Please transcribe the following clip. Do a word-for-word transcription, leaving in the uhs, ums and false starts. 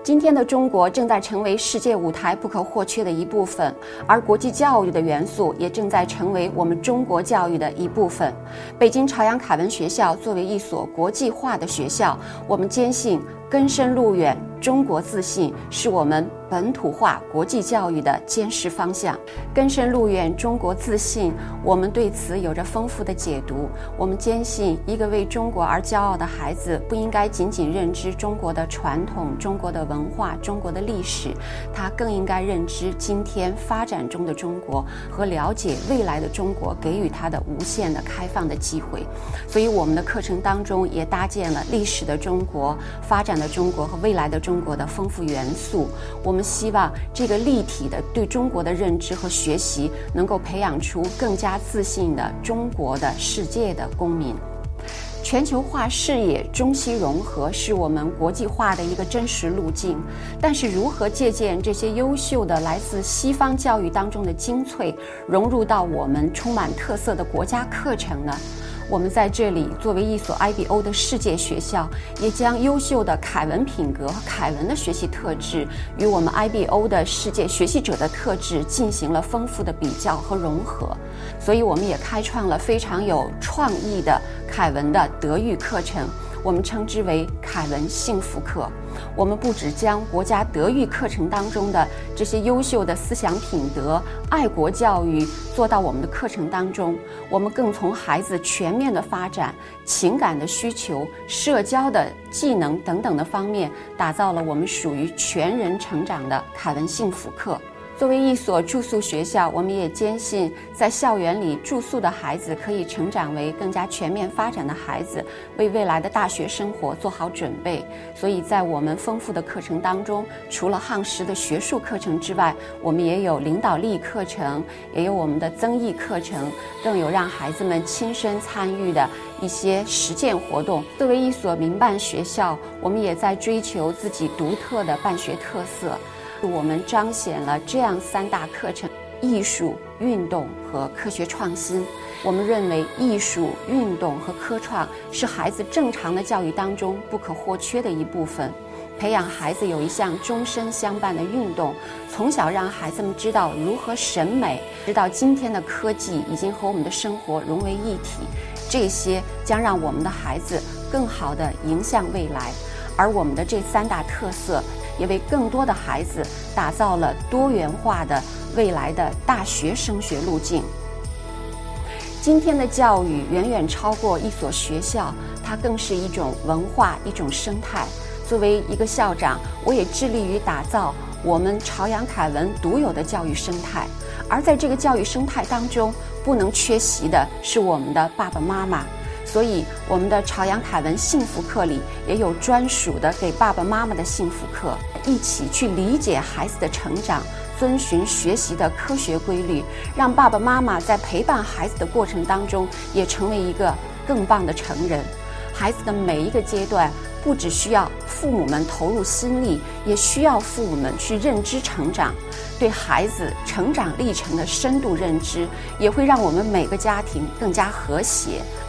今天的中国正在成为世界舞台不可或缺的一部分，而国际教育的元素也正在成为我们中国教育的一部分。北京朝阳凯文学校作为一所国际化的学校，我们坚信根深路远，中国自信是我们本土化国际教育的坚实方向。根深路远，中国自信，我们对此有着丰富的解读。我们坚信，一个为中国而骄傲的孩子，不应该仅仅认知中国的传统、中国的文化、中国的历史，他更应该认知今天发展中的中国和了解未来的中国给予他的无限的开放的机会。所以，我们的课程当中也搭建了历史的中国、发展的中国和未来的中国的丰富元素。我们希望这个立体的对中国的认知和学习，能够培养出更加自信的中国的世界的公民。全球化视野中西融合是我们国际化的一个真实路径，但是如何借鉴这些优秀的来自西方教育当中的精粹，融入到我们充满特色的国家课程呢？我们在这里作为一所 I B O 的世界学校，也将优秀的凯文品格和凯文的学习特质与我们 I B O 的世界学习者的特质进行了丰富的比较和融合。所以我们也开创了非常有创意的凯文的德育课程，我们称之为凯文幸福课。我们不只将国家德育课程当中的这些优秀的思想品德、爱国教育做到我们的课程当中，我们更从孩子全面的发展、情感的需求、社交的技能等等的方面，打造了我们属于全人成长的凯文幸福课。作为一所住宿学校，我们也坚信在校园里住宿的孩子可以成长为更加全面发展的孩子，为未来的大学生活做好准备。所以在我们丰富的课程当中，除了夯实的学术课程之外，我们也有领导力课程，也有我们的增益课程，更有让孩子们亲身参与的一些实践活动。作为一所民办学校，我们也在追求自己独特的办学特色。我们彰显了这样三大课程：艺术、运动和科学创新。我们认为艺术、运动和科创是孩子正常的教育当中不可或缺的一部分。培养孩子有一项终身相伴的运动，从小让孩子们知道如何审美，知道今天的科技已经和我们的生活融为一体，这些将让我们的孩子更好地迎向未来。而我们的这三大特色也为更多的孩子打造了多元化的未来的大学升学路径。今天的教育远远超过一所学校，它更是一种文化，一种生态。作为一个校长，我也致力于打造我们朝阳凯文独有的教育生态。而在这个教育生态当中，不能缺席的是我们的爸爸妈妈。所以我们的朝阳凯文幸福课里也有专属的给爸爸妈妈的幸福课，一起去理解孩子的成长，遵循学习的科学规律，让爸爸妈妈在陪伴孩子的过程当中也成为一个更棒的成人。孩子的每一个阶段不只需要父母们投入心力，也需要父母们去认知成长。对孩子成长历程的深度认知，也会让我们每个家庭更加和谐。